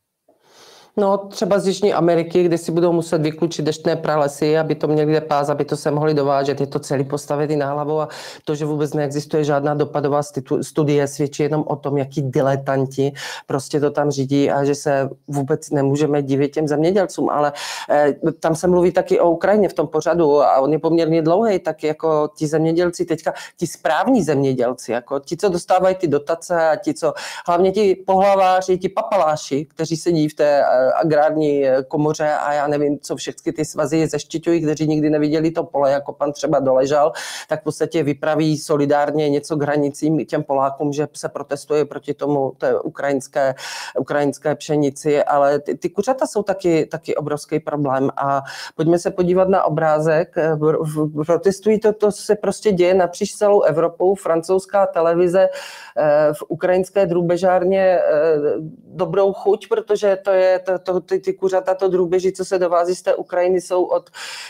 No, třeba z Jižní Ameriky, kde si budou muset vyklučit deštné pralesy, aby to měli kde pás, aby to se mohli dovážet. Je to celý postavený na hlavu a to, že vůbec neexistuje žádná dopadová studie, svědčí jenom o tom, jaký diletanti prostě to tam řídí a že se vůbec nemůžeme divit těm zemědělcům. Ale tam se mluví taky o Ukrajině v tom pořadu a on je poměrně dlouhý, tak jako ti zemědělci teďka, ti správní zemědělci, jako ti, co dostávají ty dotace a ti, co hlavně ti pohlaváři, ti papaláši, kteří sedí v té agrární komoře a já nevím, co všechny ty svazy zeštiťují, kteří nikdy neviděli to pole, jako pan třeba Doležal, tak v podstatě vypraví solidárně něco k hranicím těm Polákům, že se protestuje proti tomu té ukrajinské pšenici, ale ty kuřata jsou taky obrovský problém a pojďme se podívat na obrázek. Protestují to se prostě děje napříč celou Evropou, francouzská televize v ukrajinské drůbežárně dobrou chuť, protože to je ty kuřata, to drůbeží, co se dovází z té Ukrajiny, jsou od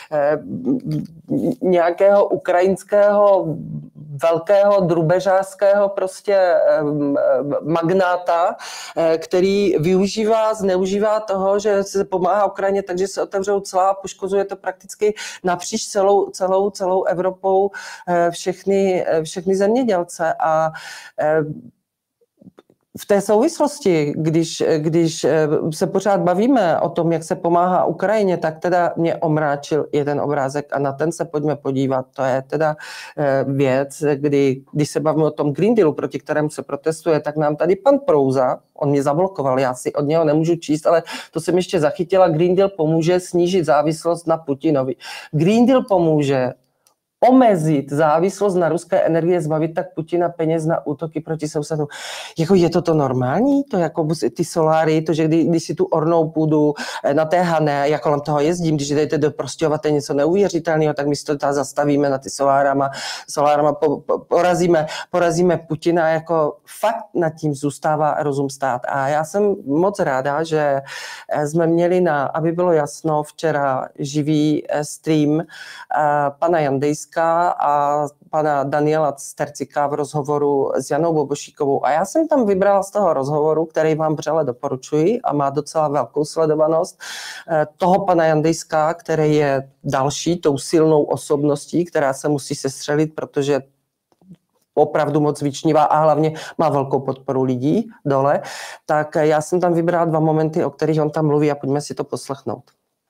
nějakého ukrajinského velkého drubežářského prostě magnáta, který zneužívá toho, že se pomáhá Ukrajině, takže se otevřou celá a poškozuje to prakticky napříč celou Evropou všechny zemědělce. A v té souvislosti, když se pořád bavíme o tom, jak se pomáhá Ukrajině, tak teda mě omráčil jeden obrázek a na ten se pojďme podívat. To je teda věc, když se bavíme o tom Green Dealu, proti kterému se protestuje, tak nám tady pan Prouza, on mě zablokoval, já si od něho nemůžu číst, ale to jsem ještě zachytila, Green Deal pomůže snížit závislost na Putinovi. Green Deal pomůže omezit závislost na ruské energie, zbavit tak Putina peněz na útoky proti sousedům. Jako je to normální? To jako ty soláry, to, že když si tu ornou půdu na té Hané, já kolem toho jezdím, když jdete do Prostějova, to je něco neuvěřitelného, tak my si to tady zastavíme na ty solárama porazíme Putina, jako fakt nad tím zůstává rozum stát. A já jsem moc ráda, že jsme měli aby bylo jasno, včera živý stream pana Jandejska a pana Daniela Stercika v rozhovoru s Janou Bobošíkovou. A já jsem tam vybrala z toho rozhovoru, který vám vřele doporučuji a má docela velkou sledovanost, toho pana Jandejska, který je další tou silnou osobností, která se musí sestřelit, protože opravdu moc vyčnívá a hlavně má velkou podporu lidí dole. Tak já jsem tam vybrala 2 momenty, o kterých on tam mluví a pojďme si to poslechnout.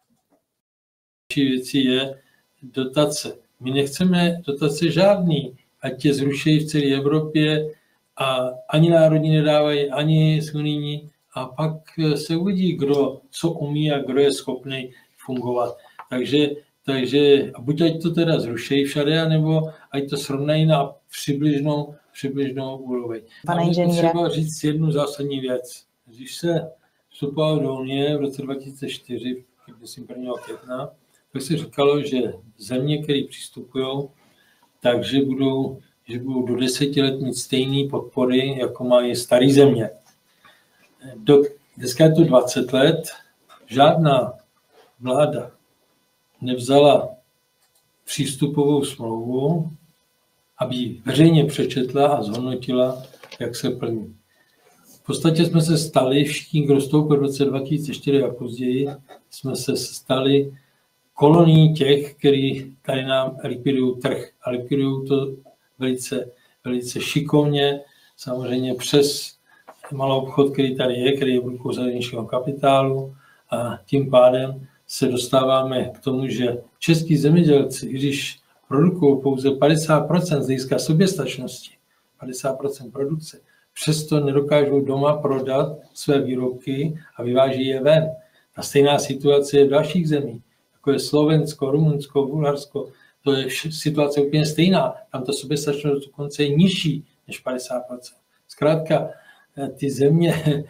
Věcí je dotace. My nechceme dotace žádný, ať je zrušejí v celé Evropě a ani národní nedávají, ani unijní a pak se uvidí, kdo co umí a kdo je schopný fungovat. Takže buď ať to teda zrušejí všade, anebo ať to srovnají na přibližnou úroveň. Pane inženýre. Třeba říct jednu zásadní věc. Když se vstupovalo do Unie v roce 2004, myslím 1. května, tak se říkalo, že země, které přistupují, takže budou do 10 let mít stejné podpory, jako mají staré země. Dneska je to 20 let, žádná vláda nevzala přístupovou smlouvu, aby ji veřejně přečetla a zhodnotila, jak se plní. V podstatě jsme se stali, všichni, kdo vstoupil v roce 2004 a později, jsme se stali kolonií těch, kteří tady nám likvidují trh. A likvidují to velice šikovně, samozřejmě přes malou obchod, který tady je, který je v rukou zahraničního kapitálu a tím pádem se dostáváme k tomu, že český zemědělci, když produkují pouze 50% z hlediska soběstačnosti, 50% produkce, přesto nedokážou doma prodat své výrobky a vyváží je ven. A stejná situace je v dalších zemích, jako je Slovensko, Rumunsko, Bulharsko, to je situace úplně stejná. Tam ta soběstačnost dokonce je nižší než 50%. Zkrátka, ty země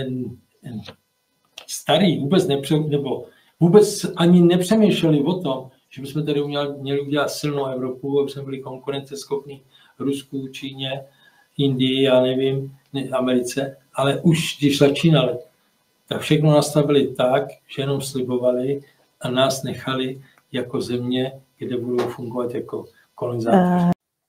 starý vůbec ani nepřemýšleli o tom, že bychom tady měli udělat silnou Evropu, aby jsme byli konkurenceschopní Rusku, Číně, Indii, já nevím, Americe, ale už když začínali, tak všechno nastavili tak, že jenom slibovali a nás nechali jako země, kde budou fungovat jako kolonizátoři.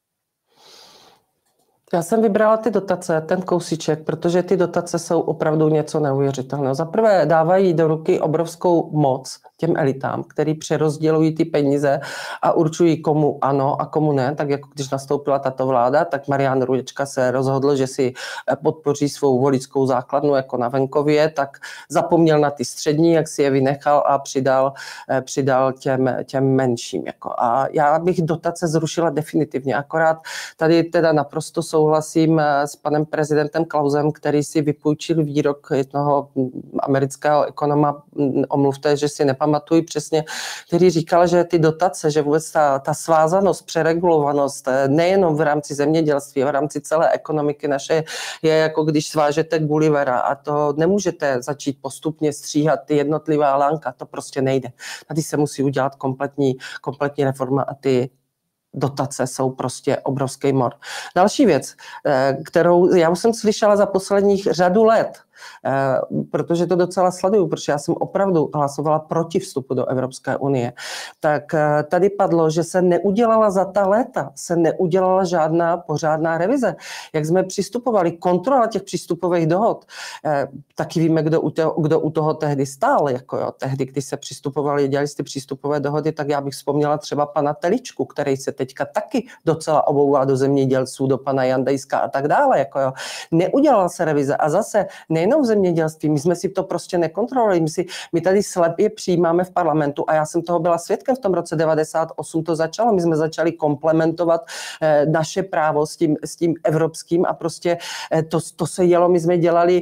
Já jsem vybrala ty dotace, ten kousíček, protože ty dotace jsou opravdu něco neuvěřitelného. Za prvé dávají do ruky obrovskou moc těm elitám, který přerozdělují ty peníze a určují, komu ano a komu ne. Tak jako když nastoupila tato vláda, tak Marian Jurečka se rozhodl, že si podpoří svou voličskou základnu jako na venkově, tak zapomněl na ty střední, jak si je vynechal a přidal těm menším. Jako. A já bych dotace zrušila definitivně, akorát tady teda naprosto souhlasím s panem prezidentem Klausem, který si vypůjčil výrok jednoho amerického ekonoma, omluvte, že si nepamatuji přesně, který říkal, že ty dotace, že vůbec ta svázanost, přeregulovanost nejenom v rámci zemědělství, v rámci celé ekonomiky naše je jako když svážete Gullivera a to nemůžete začít postupně stříhat ty jednotlivá lánka, to prostě nejde. Tady se musí udělat kompletní reforma a ty dotace jsou prostě obrovský mor. Další věc, kterou já už jsem slyšela za posledních řadu let, protože to docela sleduju, protože já jsem opravdu hlasovala proti vstupu do Evropské unie, tak tady padlo, že se neudělala za ta léta, se neudělala žádná pořádná revize. Jak jsme přistupovali, kontrola těch přístupových dohod, taky víme, kdo u toho tehdy stál, jako jo, tehdy, když se přistupovali, dělali ty přístupové dohody, tak já bych vzpomněla třeba pana Teličku, který se teďka taky docela obouvá do zemědělců, do pana Jandejska a tak dále, jako jo. Neudělala se revize a zase nejenom v zemědělství, my jsme si to prostě nekontrolovali, my tady slepě přijímáme v parlamentu a já jsem toho byla svědkem v tom roce 98, to začalo, my jsme začali komplementovat naše právo s tím evropským a prostě to se jelo, my jsme dělali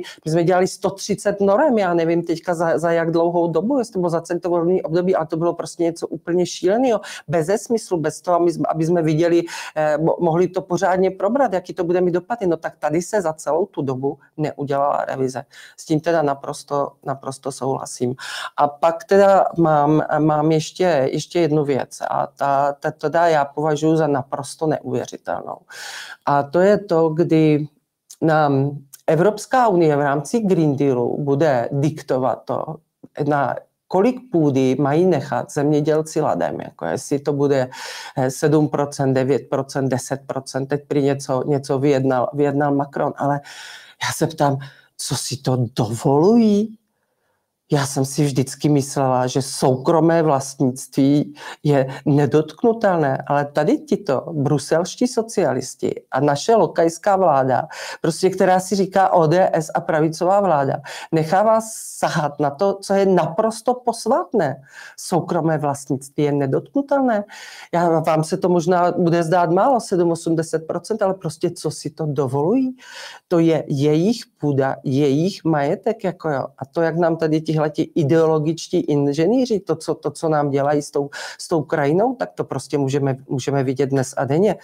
130 norem, já nevím teďka za jak dlouhou dobu, jestli to bylo za celé to volební období, ale to bylo prostě něco úplně šíleného, bez smyslu, bez toho, aby jsme viděli, mohli to pořádně probrat, jaký to bude mít dopady. No tak tady se za celou tu dobu neudělala revize. S tím teda naprosto souhlasím. A pak teda mám ještě jednu věc a ta teda já považuji za naprosto neuvěřitelnou. A to je to, kdy nám Evropská unie v rámci Green Dealu bude diktovat to, na kolik půdy mají nechat zemědělci ladem, jako jestli to bude 7%, 9%, 10%, teď prý něco vyjednal Macron, ale já se ptám, co si to dovolují? Já jsem si vždycky myslela, že soukromé vlastnictví je nedotknutelné, ale tady tito bruselští socialisti a naše lokajská vláda, prostě která si říká ODS a pravicová vláda, nechává sahat na to, co je naprosto posvátné. Soukromé vlastnictví je nedotknutelné. Vám se to možná bude zdát málo, 7-80%, ale prostě co si to dovolují? To je jejich půda, jejich majetek, jako jo. A to, jak nám tady tihleti ideologičtí inženýři, to, co nám dělají s tou krajinou, tak to prostě můžeme vidět dnes a denně.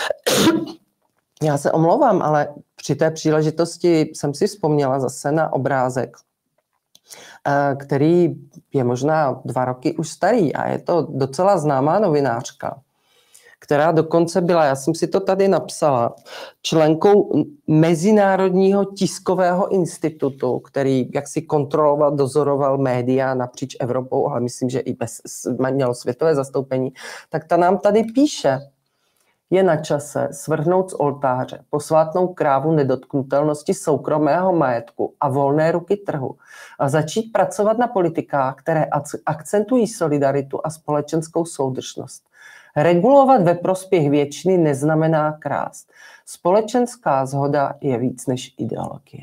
Já se omlouvám, ale při té příležitosti jsem si vzpomněla zase na obrázek, který je možná 2 roky už starý a je to docela známá novinářka, která dokonce byla, já jsem si to tady napsala, členkou Mezinárodního tiskového institutu, který jaksi kontroloval, dozoroval média napříč Evropou, ale myslím, že i mělo světové zastoupení, tak ta nám tady píše, je na čase svrhnout z oltáře posvátnou krávu nedotknutelnosti soukromého majetku a volné ruky trhu a začít pracovat na politikách, které akcentují solidaritu a společenskou soudržnost. Regulovat ve prospěch většiny neznamená krást. Společenská shoda je víc než ideologie.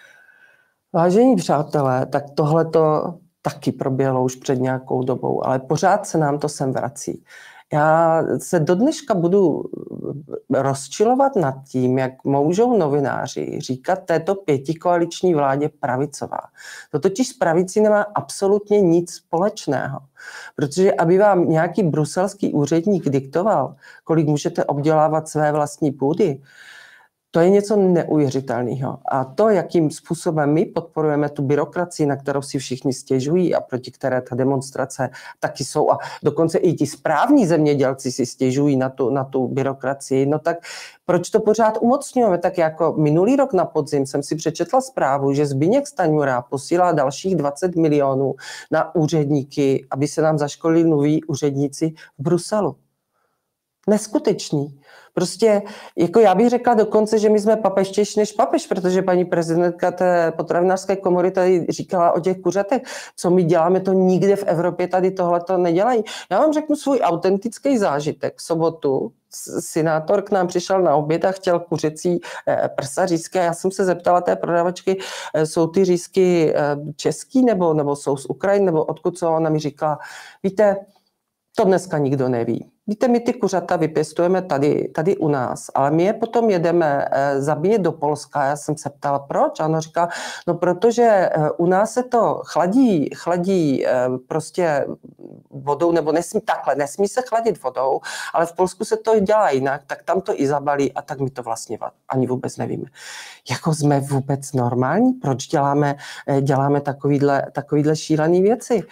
Vážení přátelé, tak tohle to taky proběhlo už před nějakou dobou, ale pořád se nám to sem vrací. Já se do dneška budu rozčilovat nad tím, jak můžou novináři říkat této pětikoaliční vládě pravicová. To totiž s pravicí nemá absolutně nic společného. Protože aby vám nějaký bruselský úředník diktoval, kolik můžete obdělávat své vlastní půdy, to je něco neuvěřitelného. A to, jakým způsobem my podporujeme tu byrokracii, na kterou si všichni stěžují a proti které ta demonstrace taky jsou, a dokonce i ti správní zemědělci si stěžují na tu byrokracii, no tak proč to pořád umocňujeme? Tak jako minulý rok na podzim jsem si přečetla zprávu, že Zbyněk Stanjura posílá dalších 20 milionů na úředníky, aby se nám zaškolili noví úředníci v Bruselu. Neskutečný. Prostě, jako já bych řekla dokonce, že my jsme papeštější než papež, protože paní prezidentka té potravinářské komory tady říkala o těch kuřatech, co my děláme, to nikde v Evropě tady tohleto nedělají. Já vám řeknu svůj autentický zážitek. V sobotu senátor k nám přišel na oběd a chtěl kuřecí prsa řízky a já jsem se zeptala té prodavačky, jsou ty řízky český nebo jsou z Ukrajiny, nebo odkud jsou? Ona mi říkala, víte, to dneska nikdo neví. Víte, my ty kuřata vypěstujeme tady u nás, ale my je potom jedeme zabíjet do Polska. Já jsem se ptala, proč? A ona říká, no protože u nás se to chladí prostě vodou, nebo nesmí se chladit vodou, ale v Polsku se to dělá jinak, tak tam to i zabalí a tak my to vlastně ani vůbec nevíme. Jako jsme vůbec normální? Proč děláme takovýhle šílený věci?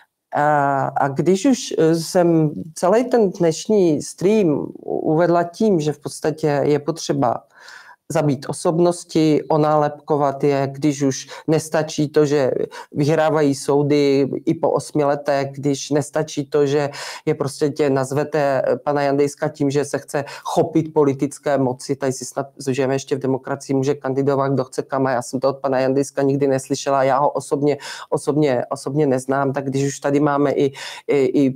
A když už jsem celý ten dnešní stream uvedla tím, že v podstatě je potřeba zabít osobnosti, onálepkovat je, když už nestačí to, že vyhrávají soudy i po 8 letech, když nestačí to, že je prostě tě nazvete pana Jandejska tím, že se chce chopit politické moci. Tady si snad žijeme ještě v demokracii, může kandidovat, kdo chce kam. Já jsem to od pana Jandejska nikdy neslyšela, já ho osobně neznám, tak když už tady máme i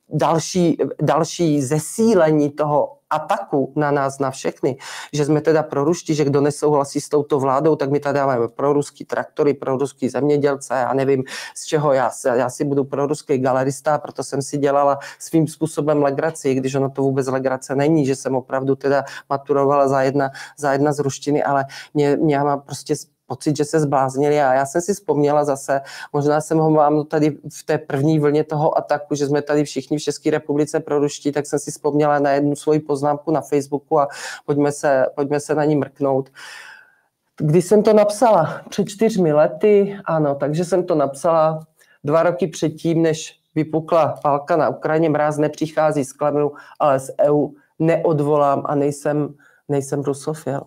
další zesílení toho ataku na nás, na všechny, že jsme teda proruští, že kdo nesouhlasí s touto vládou, tak my tady máme proruský traktory, proruský zemědělce, já nevím z čeho, já si budu proruský galerista, proto jsem si dělala svým způsobem legraci, když ono to vůbec legrace není, že jsem opravdu teda maturovala za jedna z ruštiny, ale mě má prostě pocit, že se zbláznili a já jsem si vzpomněla zase, možná jsem ho mám tady v té první vlně toho ataku, že jsme tady všichni v České republice proruští, tak jsem si vzpomněla na jednu svoji poznámku na Facebooku a pojďme se na ní mrknout. Když jsem to napsala před 4 lety, ano, takže jsem to napsala 2 roky předtím, než vypukla válka na Ukrajině, mráz nepřichází z Kremlu, ale z EU neodvolám a nejsem rusofil.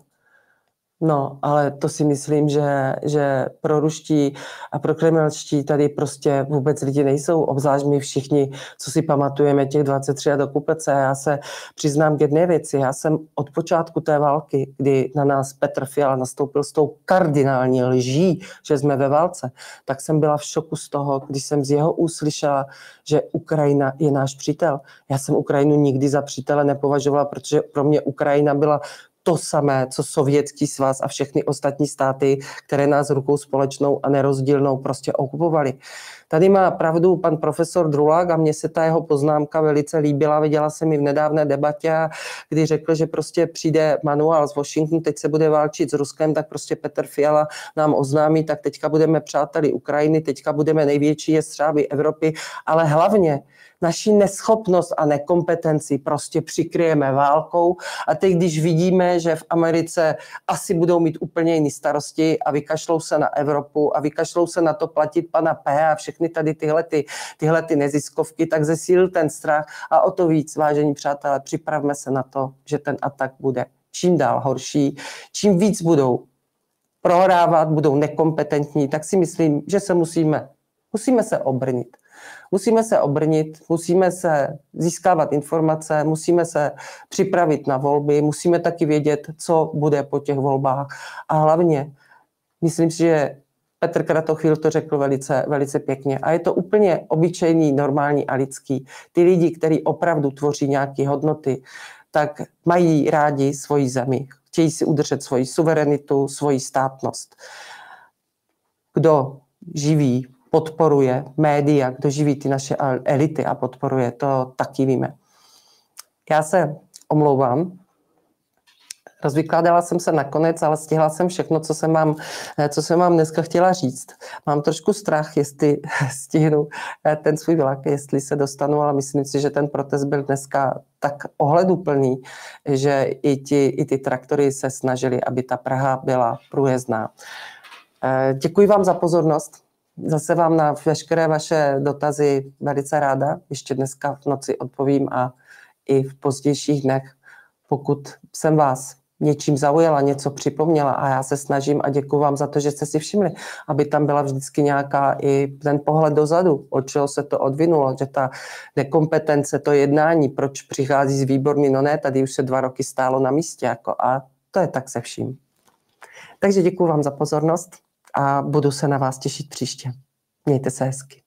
No, ale to si myslím, že proruští a prokremelští tady prostě vůbec lidi nejsou, obzvlášť my všichni, co si pamatujeme těch 23 let okupace. Já se přiznám k jedné věci. Já jsem od počátku té války, kdy na nás Petr Fiala nastoupil s tou kardinální lží, že jsme ve válce, tak jsem byla v šoku z toho, když jsem z jeho uslyšela, že Ukrajina je náš přítel. Já jsem Ukrajinu nikdy za přítele nepovažovala, protože pro mě Ukrajina byla to samé, co Sovětský svaz a všechny ostatní státy, které nás rukou společnou a nerozdílnou prostě okupovali. Tady má pravdu pan profesor Drulák a mně se ta jeho poznámka velice líbila. Viděla jsem ji v nedávné debatě, kdy řekl, že prostě přijde manuál z Washingtonu, teď se bude válčit s Ruskem, tak prostě Petr Fiala nám oznámí, tak teďka budeme přáteli Ukrajiny, teďka budeme největší jestřáby Evropy, ale hlavně naši neschopnost a nekompetenci prostě přikryjeme válkou a teď, když vidíme, že v Americe asi budou mít úplně jiné starosti a vykašlou se na Evropu a vykašlou se na to platit pana P a všechny tady tyhle neziskovky, tak zesílil ten strach a o to víc, vážení přátelé, připravme se na to, že ten atak bude čím dál horší, čím víc budou prohrávat, budou nekompetentní, tak si myslím, že se musíme se obrnit. Musíme se obrnit, musíme se získávat informace, musíme se připravit na volby, musíme taky vědět, co bude po těch volbách. A hlavně, myslím si, že Petr Kratochvíl to řekl velice pěkně. A je to úplně obyčejný, normální a lidský. Ty lidi, kteří opravdu tvoří nějaké hodnoty, tak mají rádi svoji zemi. Chtějí si udržet svoji suverenitu, svoji státnost. Kdo živí, podporuje média, kdo živí ty naše elity a podporuje, to taky víme. Já se omlouvám, rozvykládala jsem se nakonec, ale stihla jsem všechno, co jsem vám dneska chtěla říct. Mám trošku strach, jestli stihnu ten svůj vlak, jestli se dostanu, ale myslím si, že ten protest byl dneska tak ohleduplný, že i ty traktory se snažili, aby ta Praha byla průjezdná. Děkuji vám za pozornost. Zase vám na veškeré vaše dotazy velice ráda. Ještě dneska v noci odpovím a i v pozdějších dnech, pokud jsem vás něčím zaujala, něco připomněla a já se snažím a děkuji vám za to, že jste si všimli, aby tam byla vždycky nějaká i ten pohled dozadu, od čeho se to odvinulo, že ta nekompetence, to jednání, proč přichází z výborný, no ne, tady už se 2 roky stálo na místě a to je tak se vším. Takže děkuji vám za pozornost a budu se na vás těšit příště. Mějte se hezky.